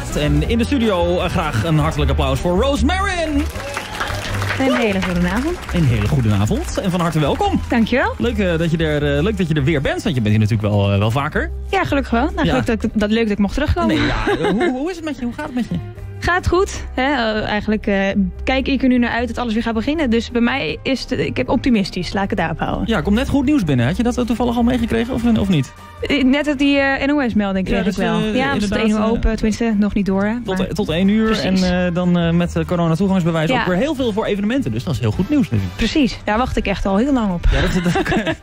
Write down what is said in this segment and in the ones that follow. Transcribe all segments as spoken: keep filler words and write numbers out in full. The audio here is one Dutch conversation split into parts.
Fat. En in de studio uh, graag een hartelijk applaus voor Rose Marin. Een hele goede avond. Een hele goede avond en van harte welkom. Dankjewel. Leuk, uh, dat, je er, uh, leuk dat je er weer bent, want je bent hier natuurlijk wel, uh, wel vaker. Ja, gelukkig wel. Nou, ja. gelukkig dat, dat leuk dat ik mocht terugkomen. Nee, ja, uh, hoe, hoe is het met je? Hoe gaat het met je? Gaat goed. Hè? Uh, eigenlijk uh, kijk ik er nu naar uit dat alles weer gaat beginnen. Dus bij mij is het, ik heb optimistisch. Laat ik het daarop houden. Ja, komt net goed nieuws binnen. Had je dat toevallig al meegekregen of, of niet? Net dat die uh, N O S-melding kreeg ja, ik wel. Uh, ja, was het één uur open. Tenminste, nog niet door. Hè? Tot, maar... tot één uur. Precies. En uh, dan uh, met corona-toegangsbewijs ja. ook weer heel veel voor evenementen. Dus dat is heel goed nieuws natuurlijk. Precies. Daar wacht ik echt al heel lang op. Ja, dat is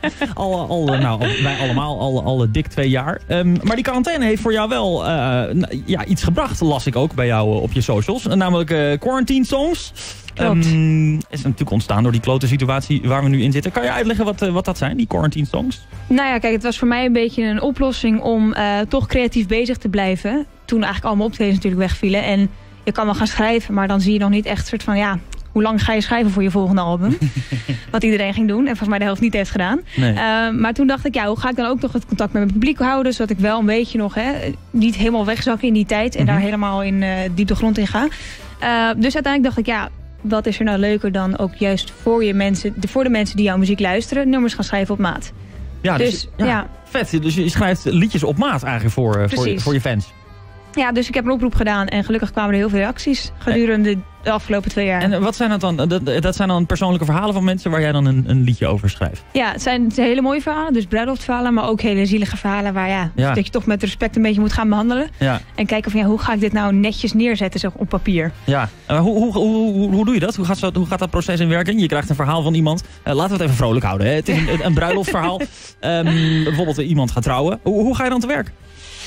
al, al, nou, al, wij allemaal al, al dik twee jaar. Um, maar die quarantaine heeft voor jou wel uh, ja, iets gebracht, las ik ook bij jou uh, op je socials. Namelijk uh, Quarantine Songs. Klopt. Um, is natuurlijk ontstaan door die klote situatie waar we nu in zitten. Kan je uitleggen wat, uh, wat dat zijn, die Quarantine Songs? Nou ja, kijk, het was voor mij een beetje een oplossing om uh, toch creatief bezig te blijven. Toen eigenlijk allemaal optredens natuurlijk wegvielen. En je kan wel gaan schrijven, maar dan zie je nog niet echt soort van, ja, hoe lang ga je schrijven voor je volgende album? Wat iedereen ging doen en volgens mij de helft niet heeft gedaan. Nee. Uh, maar toen dacht ik, ja, hoe ga ik dan ook nog het contact met mijn publiek houden, zodat ik wel een beetje nog, hè, niet helemaal wegzak in die tijd en mm-hmm. daar helemaal in uh, diep de grond in ga. Uh, dus uiteindelijk dacht ik, ja, wat is er nou leuker dan ook juist voor, je mensen, de, voor de mensen die jouw muziek luisteren, nummers gaan schrijven op maat. Ja, dus, dus ja, ja. vet. Dus je schrijft liedjes op maat eigenlijk voor, uh, voor, je, voor je fans. Ja, dus ik heb een oproep gedaan en gelukkig kwamen er heel veel reacties gedurende de afgelopen twee jaar. En wat zijn dat dan? Dat, dat zijn dan persoonlijke verhalen van mensen waar jij dan een, een liedje over schrijft? Ja, het zijn, het zijn hele mooie verhalen, dus bruiloftverhalen, maar ook hele zielige verhalen waar ja, ja. dat je toch met respect een beetje moet gaan behandelen. Ja. En kijken van ja, hoe ga ik dit nou netjes neerzetten zeg, op papier. Ja, uh, hoe, hoe, hoe, hoe, hoe doe je dat? Hoe gaat, zo, hoe gaat dat proces in werking? Je krijgt een verhaal van iemand. Uh, laten we het even vrolijk houden. Hè? Het is een, een bruiloftverhaal. Um, bijvoorbeeld uh, iemand gaat trouwen. Hoe, hoe ga je dan te werk?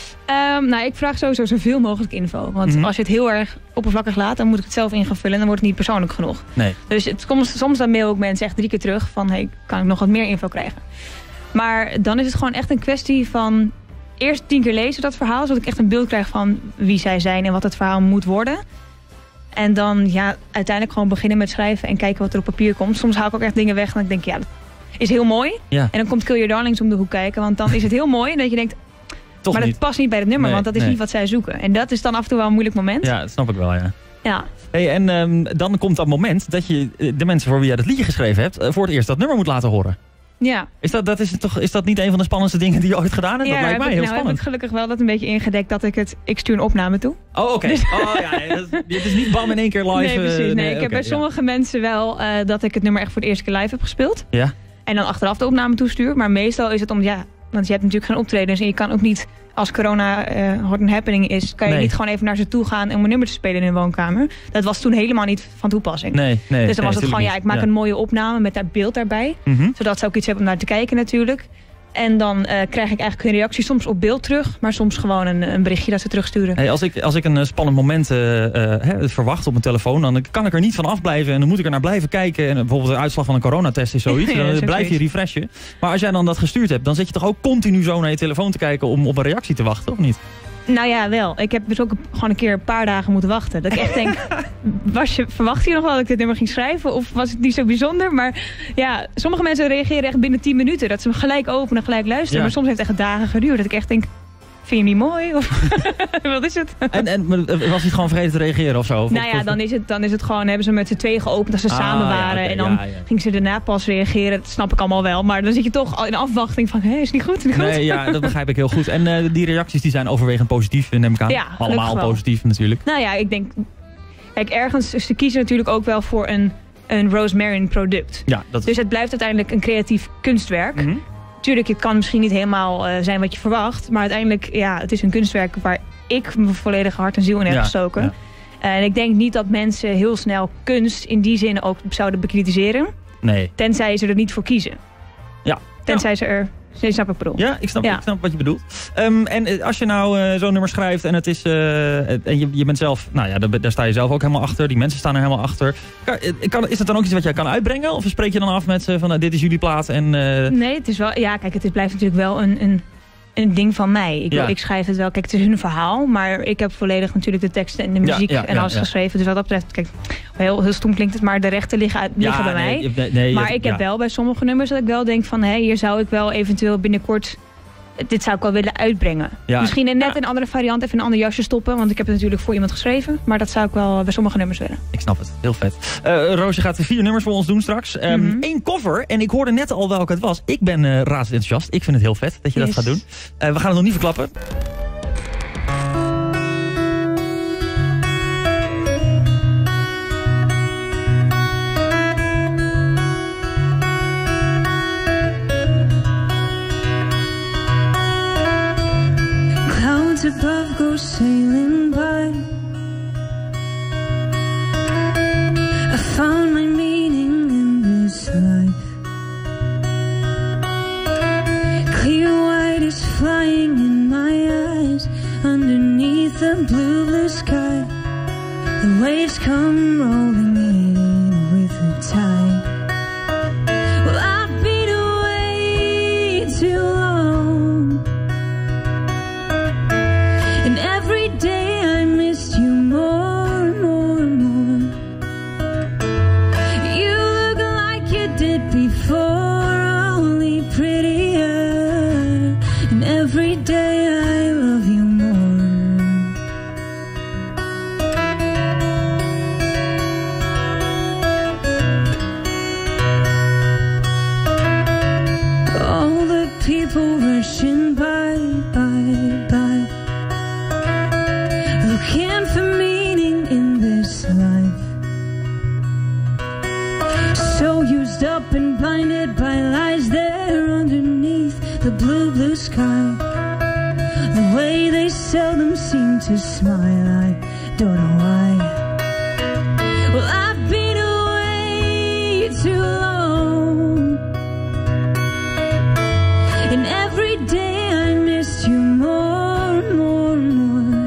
Um, nou, ik vraag sowieso zoveel mogelijk info. Want mm-hmm. als je het heel erg oppervlakkig laat, dan moet ik het zelf in gaan vullen en dan wordt het niet persoonlijk genoeg. Nee. Dus het, soms, soms dan mail ik mensen echt drie keer terug van, hey, kan ik nog wat meer info krijgen? Maar dan is het gewoon echt een kwestie van eerst tien keer lezen dat verhaal, zodat ik echt een beeld krijg van wie zij zijn en wat het verhaal moet worden. En dan ja, uiteindelijk gewoon beginnen met schrijven en kijken wat er op papier komt. Soms haal ik ook echt dingen weg en ik denk, ja, dat is heel mooi. Ja. En dan komt Kill Your Darlings om de hoek kijken, want dan is het heel mooi en dat je denkt, toch maar niet. dat past niet bij het nummer, nee, want dat is nee. niet wat zij zoeken. En dat is dan af en toe wel een moeilijk moment. Ja, dat snap ik wel, ja. Ja. Hey, en um, dan komt dat moment dat je de mensen voor wie jij dat liedje geschreven hebt, uh, voor het eerst dat nummer moet laten horen. Ja. Is dat, dat, is, toch, is dat niet een van de spannendste dingen die je ooit gedaan hebt? Ja, dat lijkt mij ik, heel nou, spannend. heb ik gelukkig wel dat een beetje ingedekt dat ik het... Ik stuur een opname toe. Oh, oké. Okay. Dus... Oh, ja, nee, dat, het is niet bam in één keer live. Nee, precies. Nee, nee, ik okay, heb bij ja. sommige mensen wel uh, dat ik het nummer echt voor de eerste keer live heb gespeeld. Ja. En dan achteraf de opname toestuur. Maar meestal is het om... Ja, want je hebt natuurlijk geen optredens en je kan ook niet... Als corona uh, hot and happening is, kan je nee. niet gewoon even naar ze toe gaan om een nummer te spelen in een woonkamer. Dat was toen helemaal niet van toepassing. Nee, nee, dus dan was nee, het gewoon, ja, ik maak ja. een mooie opname met dat beeld daarbij. Mm-hmm. Zodat ze ook iets hebben om naar te kijken natuurlijk. En dan uh, krijg ik eigenlijk een reactie soms op beeld terug, maar soms gewoon een, een berichtje dat ze terugsturen. Hey, als, ik, als ik een uh, spannend moment uh, uh, he, verwacht op mijn telefoon, dan kan ik er niet van afblijven en dan moet ik er naar blijven kijken. En bijvoorbeeld de uitslag van een coronatest is zoiets, ja, dan is blijf je refreshen. Maar als jij dan dat gestuurd hebt, dan zit je toch ook continu zo naar je telefoon te kijken om op een reactie te wachten, of niet? Nou ja, wel. Ik heb dus ook gewoon een keer een paar dagen moeten wachten. Dat ik echt denk, was je, verwacht je nog wel dat ik dit nummer ging schrijven? Of was het niet zo bijzonder? Maar ja, sommige mensen reageren echt binnen tien minuten. Dat ze hem gelijk openen, gelijk luisteren. Ja. Maar soms heeft het echt dagen geduurd. Dat ik echt denk, vind je niet mooi? Of wat is het? En, en was hij gewoon vergeten te reageren of zo? Of, nou ja, dan is, het, dan is het gewoon, hebben ze met z'n tweeën geopend als ze ah, samen waren. Ja, okay, en dan ja, ja. gingen ze daarna pas reageren. Dat snap ik allemaal wel. Maar dan zit je toch in afwachting van, hé, is het niet goed? Is het niet goed? Nee, ja, dat begrijp ik heel goed. En uh, die reacties die zijn overwegend positief, neem ik aan. Ja, allemaal positief natuurlijk. Nou ja, ik denk, kijk, ergens, ze kiezen natuurlijk ook wel voor een, een Rose Marin product. Ja, dat... Dus het blijft uiteindelijk een creatief kunstwerk. Mm-hmm. Tuurlijk, het kan misschien niet helemaal uh, zijn wat je verwacht. Maar uiteindelijk, ja, het is een kunstwerk waar ik mijn volledige hart en ziel in heb ja, gestoken. Ja. Uh, en ik denk niet dat mensen heel snel kunst in die zin ook zouden bekritiseren. Nee. Tenzij ze er niet voor kiezen. Ja. Tenzij ja. ze er... Je snap ik bedoel. Ja, ik snap, ja. ik snap wat je bedoelt. Um, en als je nou uh, zo'n nummer schrijft en het is uh, en je, je bent zelf, nou ja, daar, daar sta je zelf ook helemaal achter. Die mensen staan er helemaal achter. Kan, kan, is dat dan ook iets wat jij kan uitbrengen? Of spreek je dan af met ze van uh, dit is jullie plaat? En, uh... Nee, het is wel, ja, kijk, het is, blijft natuurlijk wel een, een, een ding van mij. Ik, ja. ik schrijf het wel, kijk, het is hun verhaal, maar ik heb volledig natuurlijk de teksten en de muziek ja, ja, en alles ja, ja. geschreven. Dus wat dat betreft, kijk, heel, heel stom klinkt het, maar de rechten liggen, uit, liggen ja, bij nee, mij. Nee, nee, maar ik heb ja. wel bij sommige nummers dat ik wel denk van, hé, hier zou ik wel eventueel binnenkort dit zou ik wel willen uitbrengen. Ja. Misschien in net een andere variant, even een ander jasje stoppen. Want ik heb het natuurlijk voor iemand geschreven. Maar dat zou ik wel bij sommige nummers willen. Ik snap het, heel vet. Uh, Roosje gaat vier nummers voor ons doen straks. Um, mm-hmm. Eén cover, en ik hoorde net al welke het was. Ik ben uh, razend Ik vind het heel vet dat je yes. dat gaat doen. Uh, we gaan het nog niet verklappen. Above go sailing by. I found my meaning in this life. Clear white is flying in my eyes underneath the blue, blue sky. The waves come rolling in with the tide. Well, I've been away too long. Every day I missed you more, more, more. You look like you did before, only prettier. And every day I love you more. All the people rushing by, by, by. Looking for meaning in this life. So used up and blinded by lies there underneath the blue, blue sky. The way they seldom seem to smile, I don't know why. Well, I've been away too long. And every day I missed you more, more, more.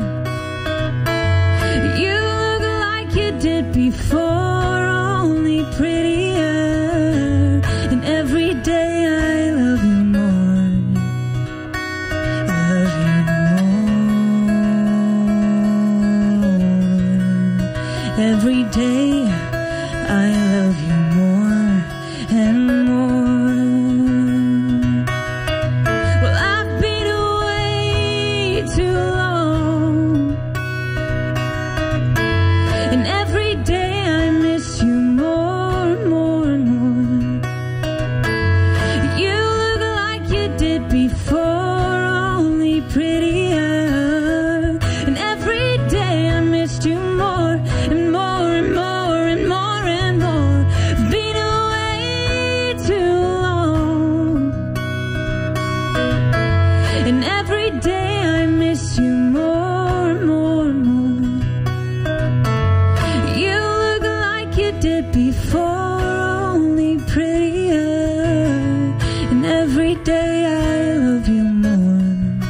Did before, only prettier. And every day I love you more. I love you more. Every day I love you more and more. Well, I've been away too long. And every day I miss you more, more, more. You look like you did before, only prettier. And every day I missed you more and more and more and more and more. Been away too long. And every day I miss you more, more, more. Did before, only prettier. And every day I love you more.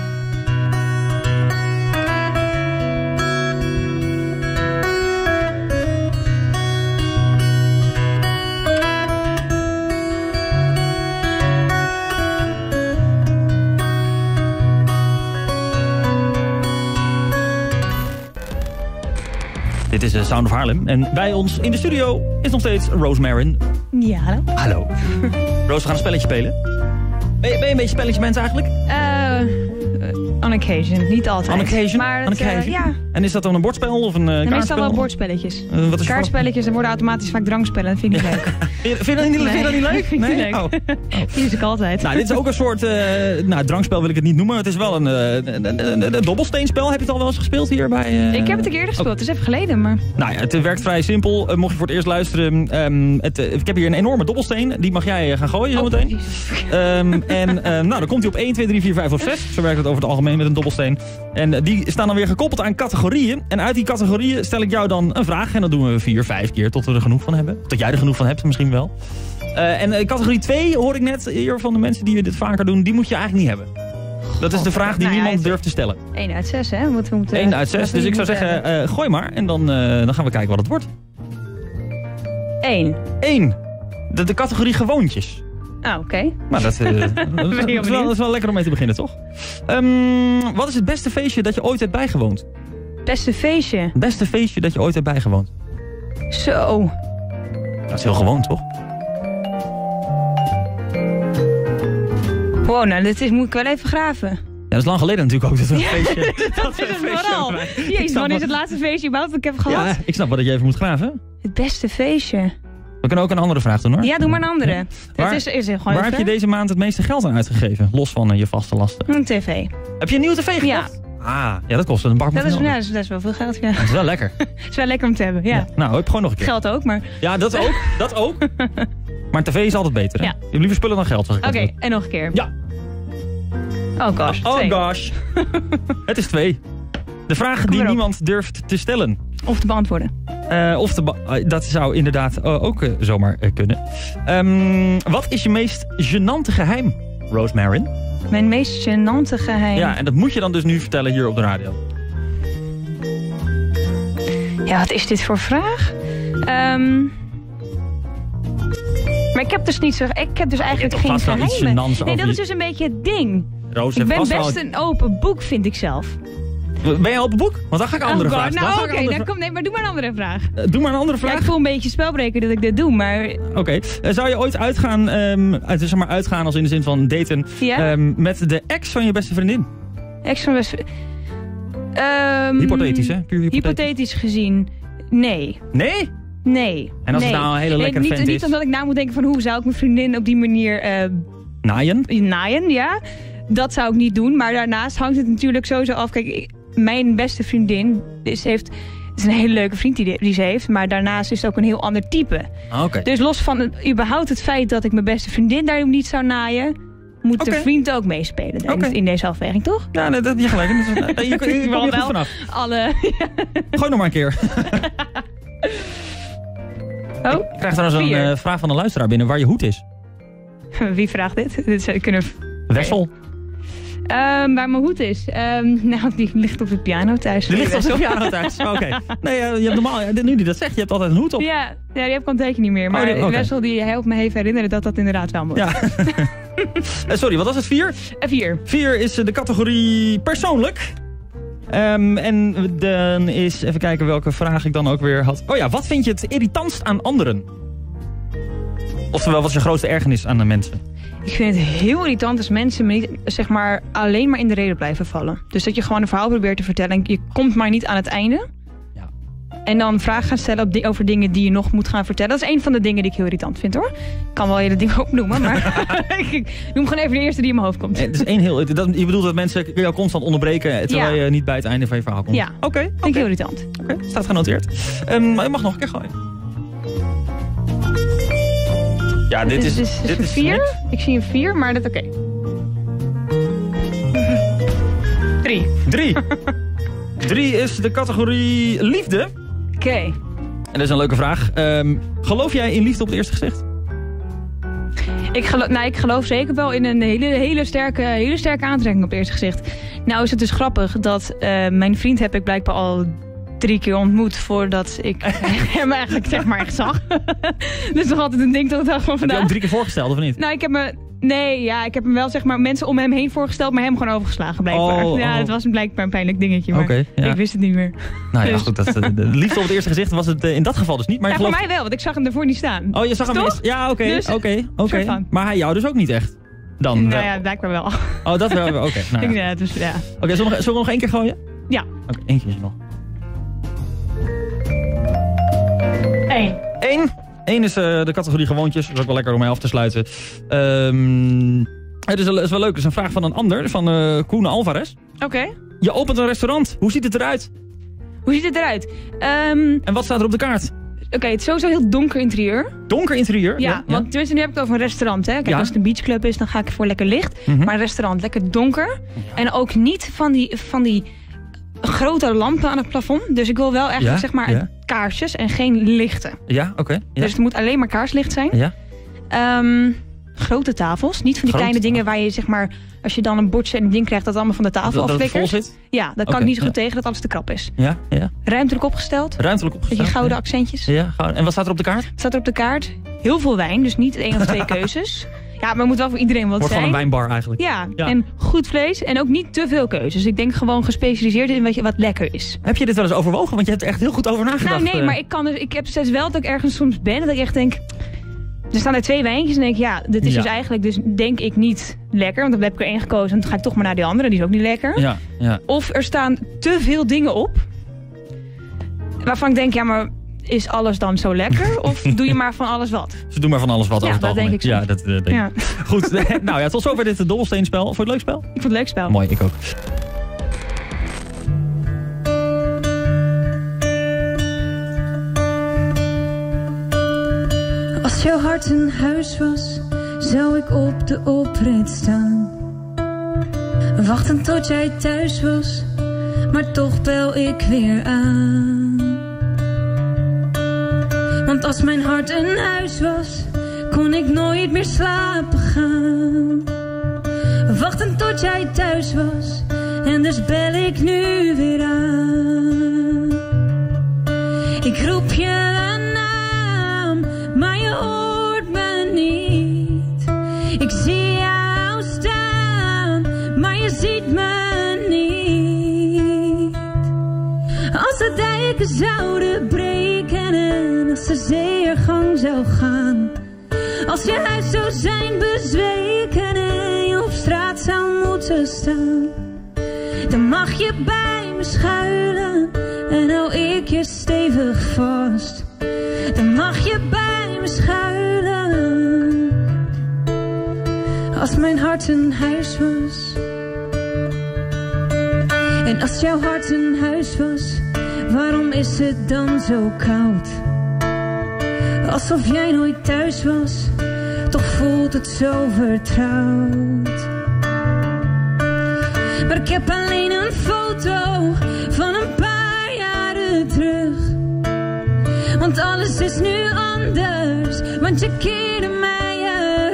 Dit is uh, Sound of Haarlem. En bij ons in de studio is nog steeds Rose Marin. Ja, hallo. Hallo. Rose, we gaan een spelletje spelen. Ben je, ben je een beetje spelletje mens eigenlijk? Eh... Uh, on occasion, niet altijd. On occasion? Maar het, on occasion? Uh, ja. En is dat dan een bordspel of een uh, kaartspel? Meestal wel bordspelletjes. Uh, wat is Kaartspelletjes, dan worden automatisch vaak drankspellen. Dat vind ik niet leuk. vind, je dat niet, nee. vind je dat niet leuk? Vind ik nee? niet leuk. Oh. Oh. Die is ik altijd. Nou, dit is ook een soort... Uh, nou, drankspel wil ik het niet noemen. Het is wel een, uh, een, een, een, een dobbelsteenspel. Heb je het al wel eens gespeeld hier bij... Uh... Ik heb het een keer gespeeld. Oh. Het is even geleden, maar... Nou ja, het werkt vrij simpel. Uh, mocht je voor het eerst luisteren... Um, het, uh, ik heb hier een enorme dobbelsteen. Die mag jij uh, gaan gooien zometeen. Oh, um, en uh, nou, dan komt hij op één, twee, drie, vier, vijf of zes. Zo werkt het over het algemeen met een dobbelsteen. En uh, die staan dan weer gekoppeld aan categorieën. En uit die categorieën stel ik jou dan een vraag. En dat doen we vier, vijf keer tot we er genoeg van hebben. Tot jij er genoeg van hebt misschien wel. Uh, en uh, categorie twee hoor ik net hier van de mensen die dit vaker doen. Die moet je eigenlijk niet hebben. Dat is de vraag die nou ja, niemand durft te stellen. één uit zes, hè? Wat we moeten, één uit zes. Dus ik zou zeggen, uh, gooi maar. En dan, uh, dan gaan we kijken wat het wordt. één. één. De, de categorie gewoontjes. Ah, oké. Okay. Maar dat, uh, dat, dat, is wel, dat is wel lekker om mee te beginnen, toch? Um, wat is het beste feestje dat je ooit hebt bijgewoond? Beste feestje? Beste feestje dat je ooit hebt bijgewoond. Zo. Dat is heel gewoon, toch? Wow, nou, dit is, moet ik wel even graven. Ja, dat is lang geleden natuurlijk ook. Dat we een feestje, dat we is een het feestje vooral. hebben. Ik Jezus, snap wanneer is wat- het laatste feestje überhaupt dat ik heb gehad? Ja, ik snap wel dat je even moet graven. Het beste feestje. We kunnen ook een andere vraag doen hoor. Ja, doe maar een andere. Waar- Het is, is gewoon Waar heb je deze maand het meeste geld aan uitgegeven? Los van eh, je vaste lasten. Een tv. Heb je een nieuwe tv Ja, gekocht? Ah, ja, dat kost een bak met dat is, miljoen. ja, dat is, dat is wel veel geld. Ja. Dat is wel lekker. Het is wel lekker om te hebben, ja. Ja. Nou, heb gewoon nog een keer. Geld ook, maar... Ja, dat ook. Dat ook. Maar een tv is altijd beter, hè? Ja. Je hebt liever spullen dan geld, zeg ik Oké, altijd. en nog een keer. Ja. Oh gosh, Oh twee. gosh. Het is twee. De vraag Kom die maar op. niemand durft te stellen. Of te beantwoorden. Uh, of te ba- uh, dat zou inderdaad uh, ook uh, zomaar uh, kunnen. Um, wat is je meest gênante geheim, Rosemarin? Mijn meest gênante geheim. Ja, en dat moet je dan dus nu vertellen hier op de radio. Ja, wat is dit voor vraag? Um, maar ik heb dus niet zo... Ik heb dus eigenlijk hebt geen vast wel iets geheimen. gênants Nee, over dat je- is dus een beetje het ding. Roos Ik heeft ben vast best wel- een open boek, vind ik zelf. Ben je al op het boek? Want dan ga ik een andere Oh God, vraag. Dan nou ga oké, ik een andere dan kom, nee, maar doe maar een andere vraag. vra- uh, Doe maar een andere Ja, vraag. ik voel een beetje spelbreker dat ik dit doe, maar... Oké. Okay. Uh, zou je ooit uitgaan, um, uit, zeg maar uitgaan als in de zin van daten, Ja? um, met de ex van je beste vriendin? Ex van best... Um, Hypothetisch, hè? Puur hypothetisch. Hypothetisch gezien, nee. Nee? Nee. En als het nee. nou een hele Nee, lekkere niet, vent niet is? omdat ik na moet denken van hoe zou ik mijn vriendin op die manier uh, Naaien? naaien, ja. Dat zou ik niet doen, maar daarnaast hangt het natuurlijk sowieso af. Kijk, ik- mijn beste vriendin is, heeft, is een hele leuke vriend die, die ze heeft, maar daarnaast is het ook een heel ander type. Ah, Oké. Dus los van het, überhaupt het feit dat ik mijn beste vriendin daarom niet zou naaien, moet Oké. de vriend ook meespelen, denk ik, Oké. in deze afweging, toch? Ja, nee, dat heb je gelijk. Dat is- Je, je, je, je Wel komt er wel. goed vanaf. Alle... Gooi nog maar een keer. Oh, Ik krijg trouwens een vier. uh, vraag van een luisteraar binnen waar je hoed is. Wie vraagt dit? Dit zou kunnen... Wessel. Ehm, waar mijn hoed is? Ehm, nou, die ligt op de piano thuis. Die ligt op de piano thuis. Oké. Nee, uh, je hebt normaal, nu die dat zegt, je hebt altijd een hoed op. Ja, ja, die heb ik al een tijdje niet meer. Maar Oh, die- oké. Wessel die helpt me even herinneren dat dat inderdaad wel moet. Ja. Uh, sorry, wat was het? Vier? En vier. Vier is uh, de categorie persoonlijk. Um, en dan is, even kijken welke vraag ik dan ook weer had. Oh ja, wat vind je het irritantst aan anderen? Oftewel, wat is je grootste ergernis aan de mensen? Ik vind het heel irritant als mensen me niet, zeg maar, alleen maar in de reden blijven vallen. Dus dat je gewoon een verhaal probeert te vertellen en je komt maar niet aan het einde. Ja. En dan vragen gaan stellen op di- over dingen die je nog moet gaan vertellen. Dat is een van de dingen die ik heel irritant vind, hoor. Ik kan wel hele dingen opnoemen, maar ik noem gewoon even de eerste die in mijn hoofd komt. Eh, Het is één heel, dat, je bedoelt dat mensen jou constant onderbreken terwijl Ja. je niet bij het einde van je verhaal komt? Ja. Oké, Vind ik oké. heel irritant. Oké, staat genoteerd. Um, maar je mag nog een keer gooien. Ja, dit Dus- is... dus- dus dit een is vier? niks. Ik zie een vier, maar dat oké. Drie. Drie. Drie is de categorie liefde. Oké. En dat is een leuke vraag. Um, geloof jij in liefde op het eerste gezicht? Ik geloof, nou, ik geloof zeker wel in een hele, hele, sterke, hele sterke aantrekking op het eerste gezicht. Nou is het dus grappig dat uh, mijn vriend heb ik blijkbaar al drie keer ontmoet voordat ik hem eigenlijk zeg maar echt zag. Dus nog altijd een ding tot de dag van Heb je vandaag. ook drie keer voorgesteld of niet? Nou, ik heb me... Nee, ja, ik heb hem wel zeg maar mensen om hem heen voorgesteld, maar hem gewoon overgeslagen blijkbaar. Oh, ja, oh. het was een blijkbaar een pijnlijk dingetje, maar Oké, ja. ik wist het niet meer. Nou ja, Dus- goed. Dat, uh, de liefde op het eerste gezicht was het uh, in dat geval dus niet. Maar Ja, je voor gelooft... mij wel, want ik zag hem ervoor niet staan. Oh, je zag hem Toch? eerst. Ja, oké, Dus, oké, oké. soort van. Maar hij jou dus ook niet echt? Dan nou wel. ja, blijkbaar wel. Oh, dat wel. Oké, okay. nou Ik, ja. ja, dus, ja. Oké, zullen, we nog- zullen we nog één keer gooien? Ja. Oké, één keer nog. Eén. Eén. Eén is uh, de categorie gewoontjes. Dat is ook wel lekker om mij af te sluiten. Um, het is, is wel leuk. Het is een vraag van een ander, van uh, Koen Alvarez. Oké. Je opent een restaurant. Hoe ziet het eruit? Hoe ziet het eruit? Um, En wat staat er op de kaart? Oké, okay, het is sowieso heel donker interieur. Donker interieur? Ja, ja. want tenminste nu heb ik het over een restaurant. Hè. Kijk, Ja. als het een beachclub is, dan ga ik voor lekker licht. Mhm. Maar een restaurant, lekker donker. En ook niet van die, van die grote lampen aan het plafond. Dus ik wil wel eigenlijk Ja, zeg maar ja. kaarsjes en geen lichten. Ja, oké. Okay. Ja. Dus het moet alleen maar kaarslicht zijn. ja. Um, grote tafels. Niet van die Grote kleine dingen waar je zeg maar, als je dan een bordje en een ding krijgt, dat allemaal van de tafel Dat, dat het vol aflikkert. zit? Ja, daar kan Oké, ik niet zo ja. goed tegen dat alles te krap is. Ja, ja. Ruimtelijk opgesteld. Ruimtelijk Beetje opgesteld. gouden ja. accentjes. Ja, gouden. En wat staat er op de kaart? Staat er op de kaart. Heel veel wijn, dus niet één of twee keuzes. Ja, maar het moet wel voor iedereen wat Wordt zijn. gewoon een wijnbar eigenlijk. Ja, Ja. en goed vlees en ook niet te veel keuzes. Ik denk gewoon gespecialiseerd in wat, je, wat lekker is. Heb je dit wel eens overwogen? Want je hebt er echt heel goed over nagedacht. Nou nee, eh. maar ik, kan dus, ik heb steeds wel dat ik ergens soms ben dat ik echt denk... er staan er twee wijntjes en denk ik, ja, dit is Ja. dus eigenlijk dus denk ik niet lekker. Want dan heb ik er één gekozen en dan ga ik toch maar naar die andere. Die is ook niet lekker. Ja, ja. Of er staan te veel dingen op. Waarvan ik denk, ja, maar is alles dan zo lekker? Of doe je maar van alles wat? Ze doen maar van alles wat Ja, over het dat algemeen. denk ik zo. Ja, dat uh, denk Ja. ik. Goed, nou ja, tot zover dit dobbelsteenspel. Vond je het leuk spel? Ik vond het leuk spel. Mooi, ik ook. Als jouw hart een huis was, zou ik op de oprit staan. Wachten tot jij thuis was, maar toch bel ik weer aan. Want als mijn hart een huis was, kon ik nooit meer slapen gaan. Wachten tot jij thuis was, en dus bel ik nu weer aan. Ik roep je een naam, maar je hoort me niet. Ik zie jou staan, maar je ziet me niet. Als de dijken zouden breken en als de zee er gang zou gaan. Als je huis zou zijn bezweken en je op straat zou moeten staan. Dan mag je bij me schuilen en hou ik je stevig vast. Dan mag je bij me schuilen. Als mijn hart een huis was. En als jouw hart een huis was, waarom is het dan zo koud? Alsof jij nooit thuis was, toch voelt het zo vertrouwd. Maar ik heb alleen een foto van een paar jaren terug. Want alles is nu anders, want je keerde mij je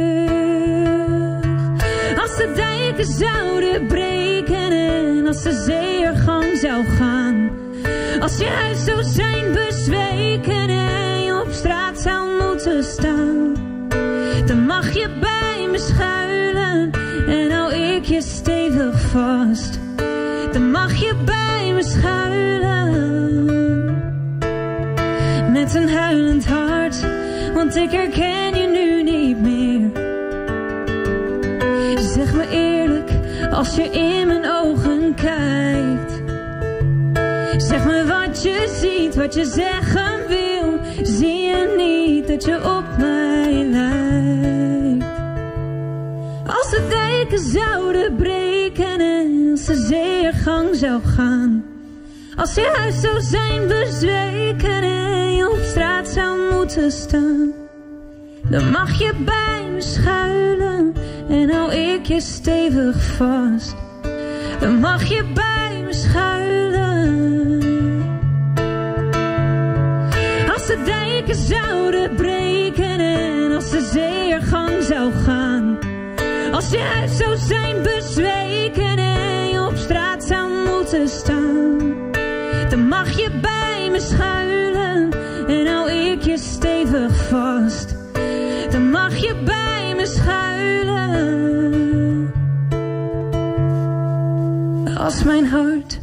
rug. Als de dijken zouden breken en als de zee er gang zou gaan. Als je huis zou zijn bezweken en je op straat zou moeten staan. Dan mag je bij me schuilen en hou ik je stevig vast. Dan mag je bij me schuilen. Met een huilend hart, want ik herken je nu niet meer. Zeg me eerlijk, als je in mijn ogen kijkt. Zeg me wat je ziet, wat je zeggen wil. Zie je niet dat je op mij lijkt? Als de dijken zouden breken en als de zee er gang zou gaan. Als je huis zou zijn bezweken en je op straat zou moeten staan. Dan mag je bij me schuilen en hou ik je stevig vast. Dan mag je bij me schuilen. Als de dijken zouden breken en als de zee er gang zou gaan. Als je huis zou zijn bezweken en je op straat zou moeten staan. Dan mag je bij me schuilen en hou ik je stevig vast. Dan mag je bij me schuilen. Als mijn hart